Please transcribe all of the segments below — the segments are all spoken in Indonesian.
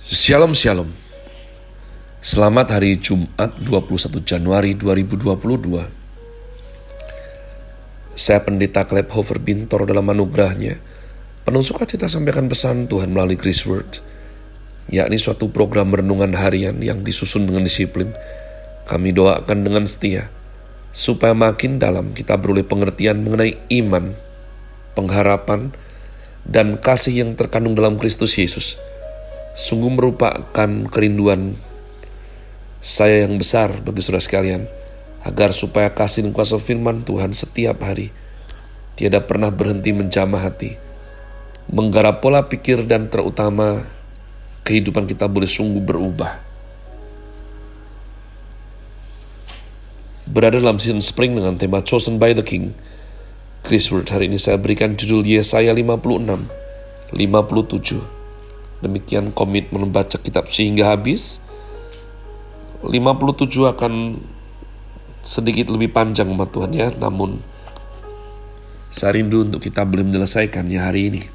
Shalom Shalom. Selamat hari Jumat 21 Januari 2022. Saya Pendeta Caleb Hofer Bintor dalam anugerahnya penuh sukacita sampaikan pesan Tuhan melalui Grace Word, yakni suatu program renungan harian yang disusun dengan disiplin. Kami doakan dengan setia supaya makin dalam kita beroleh pengertian mengenai iman, pengharapan, dan kasih yang terkandung dalam Kristus Yesus. Sungguh merupakan kerinduan saya yang besar bagi saudara sekalian, agar supaya kasih dan kuasa firman Tuhan setiap hari tiada pernah berhenti menjamah hati, menggarap pola pikir, dan terutama kehidupan kita boleh sungguh berubah. Berada dalam season spring dengan tema Chosen by the King, Grace Word hari ini saya berikan judul Yesaya 56, 57. Demikian komitmen membaca kitab sehingga habis. 57 akan sedikit lebih panjang umat Tuhan ya, namun saya rindu untuk kita boleh menyelesaikannya hari ini.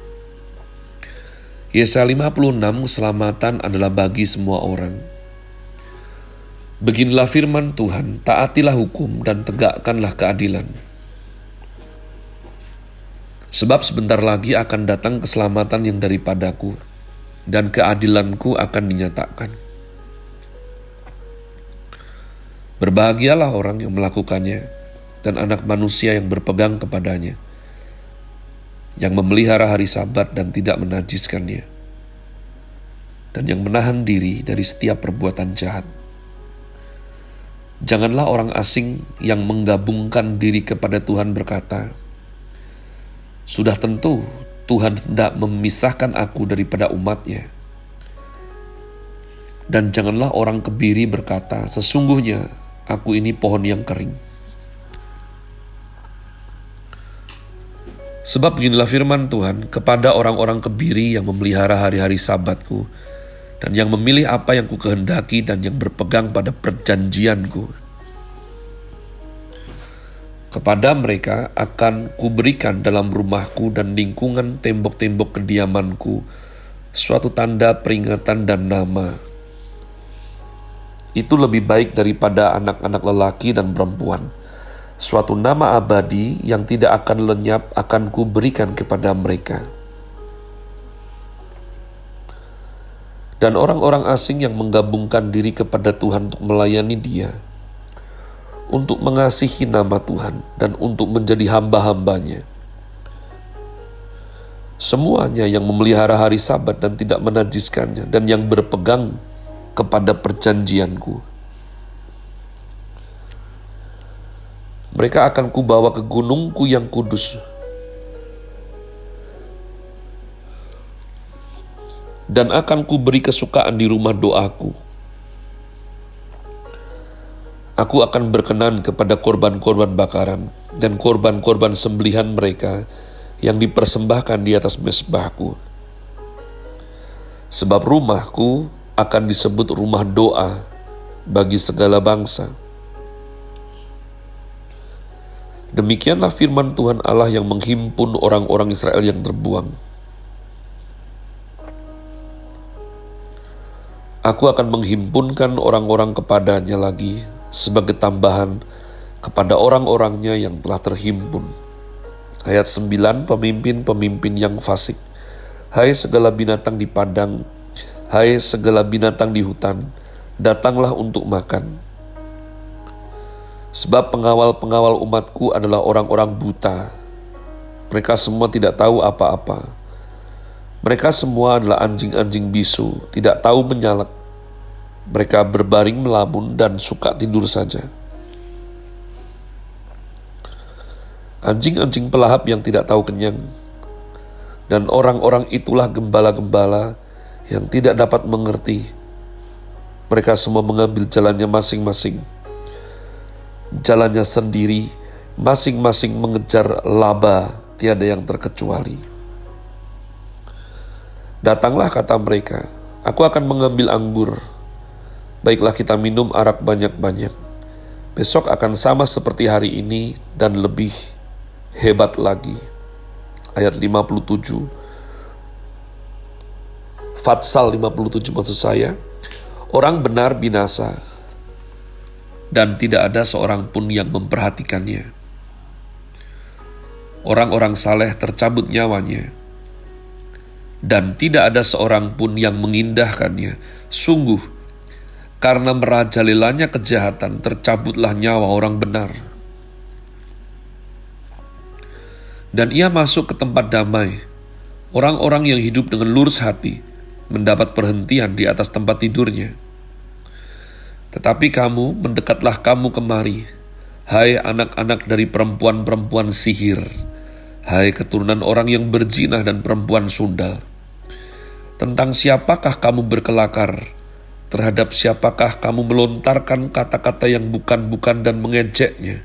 Yesaya 56, keselamatan adalah bagi semua orang. Beginilah firman Tuhan, taatilah hukum dan tegakkanlah keadilan. Sebab sebentar lagi akan datang keselamatan yang daripadaku, dan keadilanku akan dinyatakan. Berbahagialah orang yang melakukannya, dan anak manusia yang berpegang kepadanya, yang memelihara hari Sabat dan tidak menajiskannya, dan yang menahan diri dari setiap perbuatan jahat. Janganlah orang asing yang menggabungkan diri kepada Tuhan berkata, sudah tentu Tuhan hendak memisahkan aku daripada umatnya. Dan janganlah orang kebiri berkata, sesungguhnya aku ini pohon yang kering. Sebab beginilah firman Tuhan kepada orang-orang kebiri yang memelihara hari-hari Sabatku, dan yang memilih apa yang kukehendaki, dan yang berpegang pada perjanjianku. Kepada mereka akan kuberikan dalam rumahku dan lingkungan tembok-tembok kediamanku suatu tanda peringatan dan nama. Itu lebih baik daripada anak-anak lelaki dan perempuan. Suatu nama abadi yang tidak akan lenyap akan kuberikan kepada mereka. Dan orang-orang asing yang menggabungkan diri kepada Tuhan untuk melayani Dia, untuk mengasihi nama Tuhan, dan untuk menjadi hamba-hambanya. Semuanya yang memelihara hari Sabat dan tidak menajiskannya, dan yang berpegang kepada perjanjianku. Mereka akan kubawa ke gunungku yang kudus, dan akan kuberi kesukaan di rumah doaku. Aku akan berkenan kepada korban-korban bakaran dan korban-korban sembelihan mereka yang dipersembahkan di atas mezbahku. Sebab rumahku akan disebut rumah doa bagi segala bangsa. Demikianlah firman Tuhan Allah yang menghimpun orang-orang Israel yang terbuang. Aku akan menghimpunkan orang-orang kepadanya lagi, sebagai tambahan kepada orang-orangnya yang telah terhimpun. Ayat 9, pemimpin-pemimpin yang fasik. Hai segala binatang di padang, hai segala binatang di hutan, datanglah untuk makan. Sebab pengawal-pengawal umatku adalah orang-orang buta. Mereka semua tidak tahu apa-apa. Mereka semua adalah anjing-anjing bisu, tidak tahu menyalak. Mereka berbaring melamun dan suka tidur saja. Anjing-anjing pelahap yang tidak tahu kenyang. Dan orang-orang itulah gembala-gembala yang tidak dapat mengerti. Mereka semua mengambil jalannya masing-masing. Jalannya sendiri, masing-masing mengejar laba, tiada yang terkecuali. Datanglah, kata mereka, aku akan mengambil anggur. Baiklah kita minum arak banyak-banyak. Besok akan sama seperti hari ini dan lebih hebat lagi. Ayat 57. Fatsal 57 maksud saya, orang benar binasa dan tidak ada seorang pun yang memperhatikannya. Orang-orang saleh tercabut nyawanya dan tidak ada seorang pun yang mengindahkannya. Sungguh, karena merajalelanya kejahatan, tercabutlah nyawa orang benar. Dan ia masuk ke tempat damai. Orang-orang yang hidup dengan lurus hati mendapat perhentian di atas tempat tidurnya. Tetapi kamu, mendekatlah kamu kemari, hai anak-anak dari perempuan-perempuan sihir, hai keturunan orang yang berzinah dan perempuan sundal. Tentang siapakah kamu berkelakar? Terhadap siapakah kamu melontarkan kata-kata yang bukan-bukan dan mengejeknya?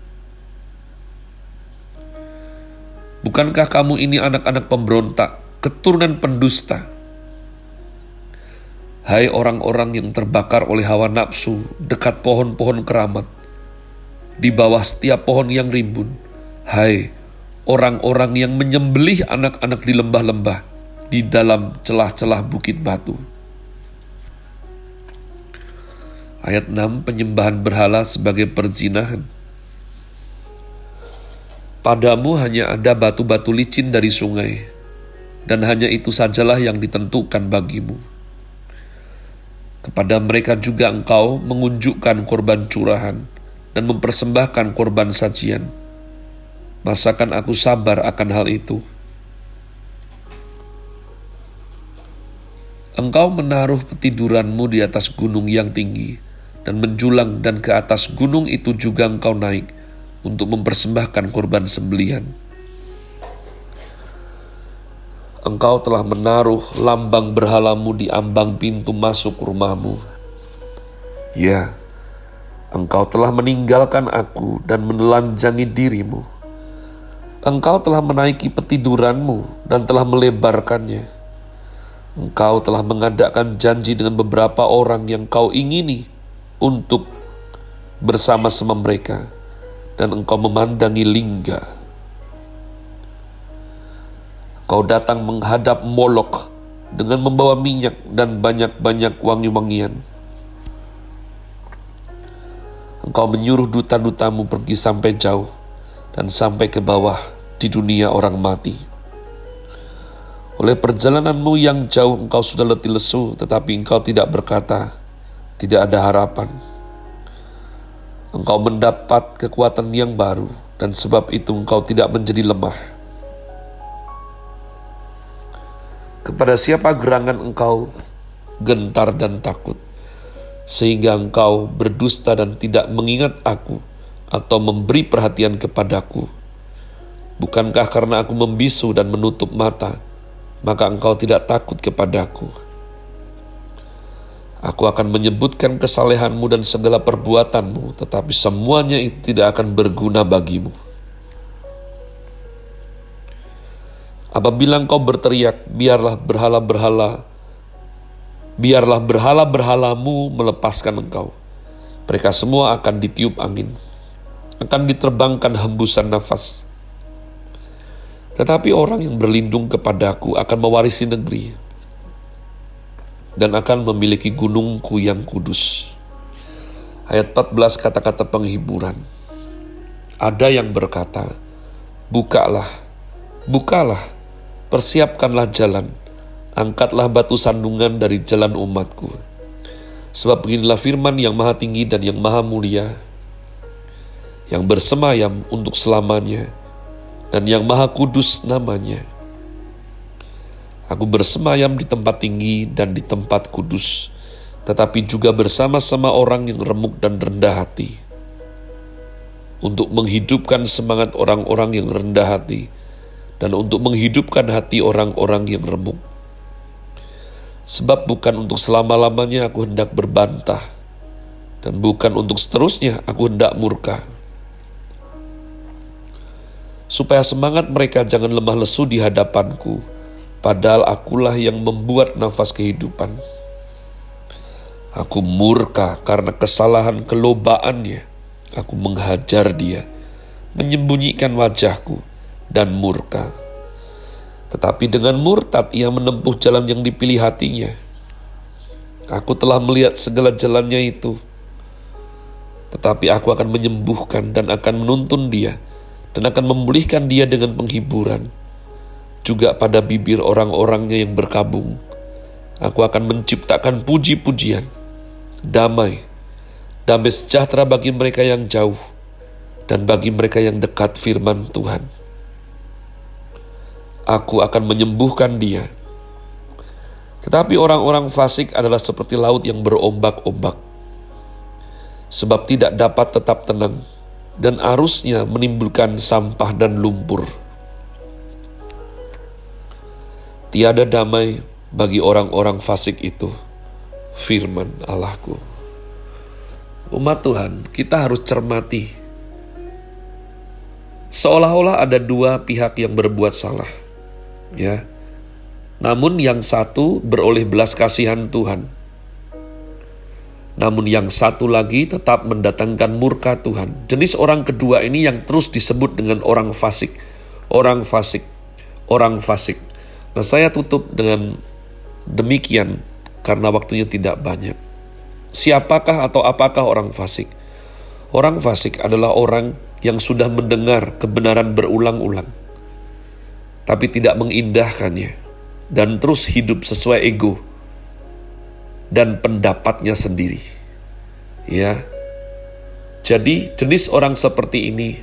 Bukankah kamu ini anak-anak pemberontak, keturunan pendusta? Hai orang-orang yang terbakar oleh hawa nafsu dekat pohon-pohon keramat, di bawah setiap pohon yang rimbun. Hai orang-orang yang menyembelih anak-anak di lembah-lembah, di dalam celah-celah bukit batu. Ayat 6, penyembahan berhala sebagai perzinahan. Padamu hanya ada batu-batu licin dari sungai, dan hanya itu sajalah yang ditentukan bagimu. Kepada mereka juga engkau mengunjukkan korban curahan dan mempersembahkan korban sajian. Masakan aku sabar akan hal itu? Engkau menaruh petiduranmu di atas gunung yang tinggi, dan menjulang, dan ke atas gunung itu juga engkau naik untuk mempersembahkan korban sembelihan. Engkau telah menaruh lambang berhalamu di ambang pintu masuk rumahmu. Ya, engkau telah meninggalkan aku dan menelanjangi dirimu. Engkau telah menaiki petiduranmu dan telah melebarkannya. Engkau telah mengadakan janji dengan beberapa orang yang kau ingini untuk bersama-sama mereka, dan engkau memandangi lingga. Kau datang menghadap Molok dengan membawa minyak dan banyak-banyak wangi-wangian. Engkau menyuruh duta-dutamu pergi sampai jauh dan sampai ke bawah di dunia orang mati. Oleh perjalananmu yang jauh engkau sudah letih lesu, tetapi engkau tidak berkata, tidak ada harapan. Engkau mendapat kekuatan yang baru, dan sebab itu engkau tidak menjadi lemah. Kepada siapa gerangan engkau gentar dan takut, sehingga engkau berdusta dan tidak mengingat aku, atau memberi perhatian kepadaku? Bukankah karena aku membisu dan menutup mata, maka engkau tidak takut kepadaku? Aku akan menyebutkan kesalehanmu dan segala perbuatanmu, tetapi semuanya itu tidak akan berguna bagimu. Apabila engkau berteriak, biarlah berhala-berhalamu melepaskan engkau. Mereka semua akan ditiup angin, akan diterbangkan hembusan nafas. Tetapi orang yang berlindung kepadaku akan mewarisi negeri dan akan memiliki gunungku yang kudus. Ayat 14, kata-kata penghiburan. Ada yang berkata, bukalah, persiapkanlah jalan, angkatlah batu sandungan dari jalan umatku. Sebab beginilah firman yang maha tinggi dan yang maha mulia, yang bersemayam untuk selamanya, dan yang maha kudus namanya. Aku bersemayam di tempat tinggi dan di tempat kudus, tetapi juga bersama-sama orang yang remuk dan rendah hati, untuk menghidupkan semangat orang-orang yang rendah hati, dan untuk menghidupkan hati orang-orang yang remuk. Sebab bukan untuk selama-lamanya aku hendak berbantah, dan bukan untuk seterusnya aku hendak murka. Supaya semangat mereka jangan lemah lesu di hadapanku, padahal akulah yang membuat nafas kehidupan. Aku murka karena kesalahan kelobaannya. Aku menghajar dia, menyembunyikan wajahku dan murka. Tetapi dengan murtad ia menempuh jalan yang dipilih hatinya. Aku telah melihat segala jalannya itu. Tetapi aku akan menyembuhkan dan akan menuntun dia, dan akan memulihkan dia dengan penghiburan. Juga pada bibir orang-orangnya yang berkabung, aku akan menciptakan puji-pujian, damai sejahtera bagi mereka yang jauh, dan bagi mereka yang dekat firman Tuhan. Aku akan menyembuhkan dia. Tetapi orang-orang fasik adalah seperti laut yang berombak-ombak, sebab tidak dapat tetap tenang, dan arusnya menimbulkan sampah dan lumpur. Tiada damai bagi orang-orang fasik itu, firman Allahku. Umat Tuhan, kita harus cermati. Seolah-olah ada dua pihak yang berbuat salah, ya. Namun yang satu beroleh belas kasihan Tuhan. Namun yang satu lagi tetap mendatangkan murka Tuhan. Jenis orang kedua ini yang terus disebut dengan orang fasik. Orang fasik. Orang fasik. Nah, saya tutup dengan demikian karena waktunya tidak banyak. Siapakah atau apakah orang fasik? Orang fasik adalah orang yang sudah mendengar kebenaran berulang-ulang, tapi tidak mengindahkannya, dan terus hidup sesuai ego dan pendapatnya sendiri. Ya. Jadi jenis orang seperti ini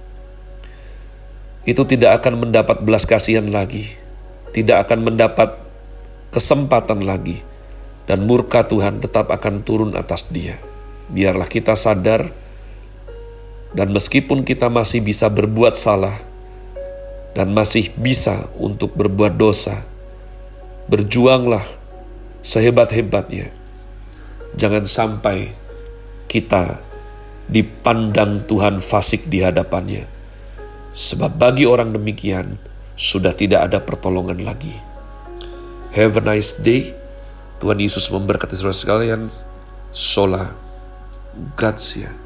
itu tidak akan mendapat belas kasihan lagi, tidak akan mendapat kesempatan lagi, dan murka Tuhan tetap akan turun atas dia. Biarlah kita sadar, dan meskipun kita masih bisa berbuat salah dan masih bisa untuk berbuat dosa, berjuanglah sehebat-hebatnya. Jangan sampai kita dipandang Tuhan fasik di hadapannya. Sebab bagi orang demikian sudah tidak ada pertolongan lagi. Have a nice day. Tuhan Yesus memberkati saudara sekalian. Sola Gratia.